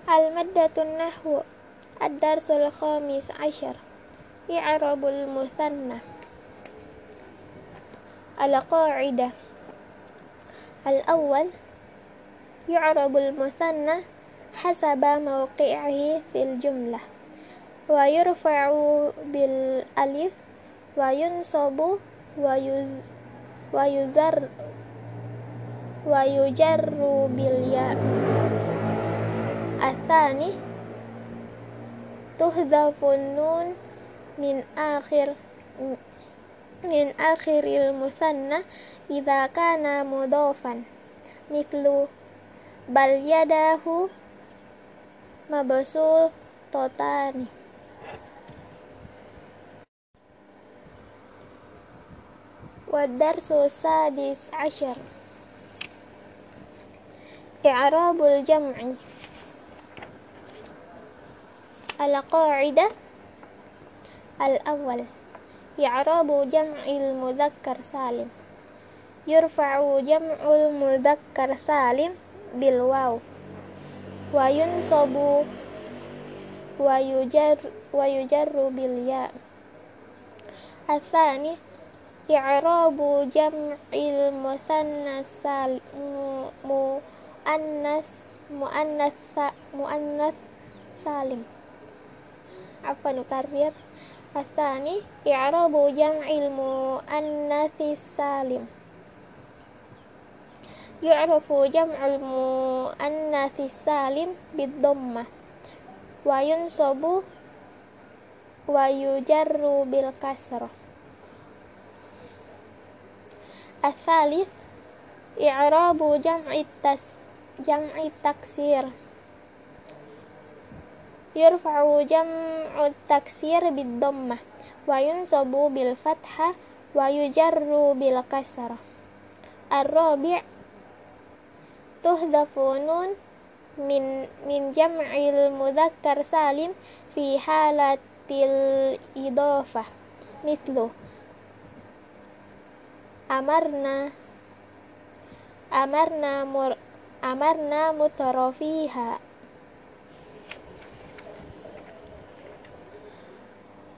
المادة النحو. الدرس الخامس عشر. إعراب المثنى. القاعدة. الأول، يعرب المثنى حسب موقعه في الجملة، ويرفع بالألف، وينصب ويجر بالياء. الثاني، تحذف النون من آخر المثنى إذا كان مضافا، مثل بل يداه مبسوطتان. والدرس السادس عشر. إعراب الجمع. القاعدة. الأول، إعراب جمع المذكر سالم. يرفع جمع المذكر سالم بالواو، وينصب ويجر بالياء. الثاني، إعراب جمع المثنى مؤنث سالم. نكرر. الثاني، إعراب جمع المؤنث السالم. يعرف جمع المؤنث السالم بالضمة، وينصب ويجر بالكسرة. الثالث، إعراب جمع التكسير. يرفع جمع التكسير بالضمة، وينصب بالفتحة، ويجر بالكسرة. الرابع، تحذف نون من جمع المذكر سالم في حالة الإضافة، مثل أمرنا مترفيها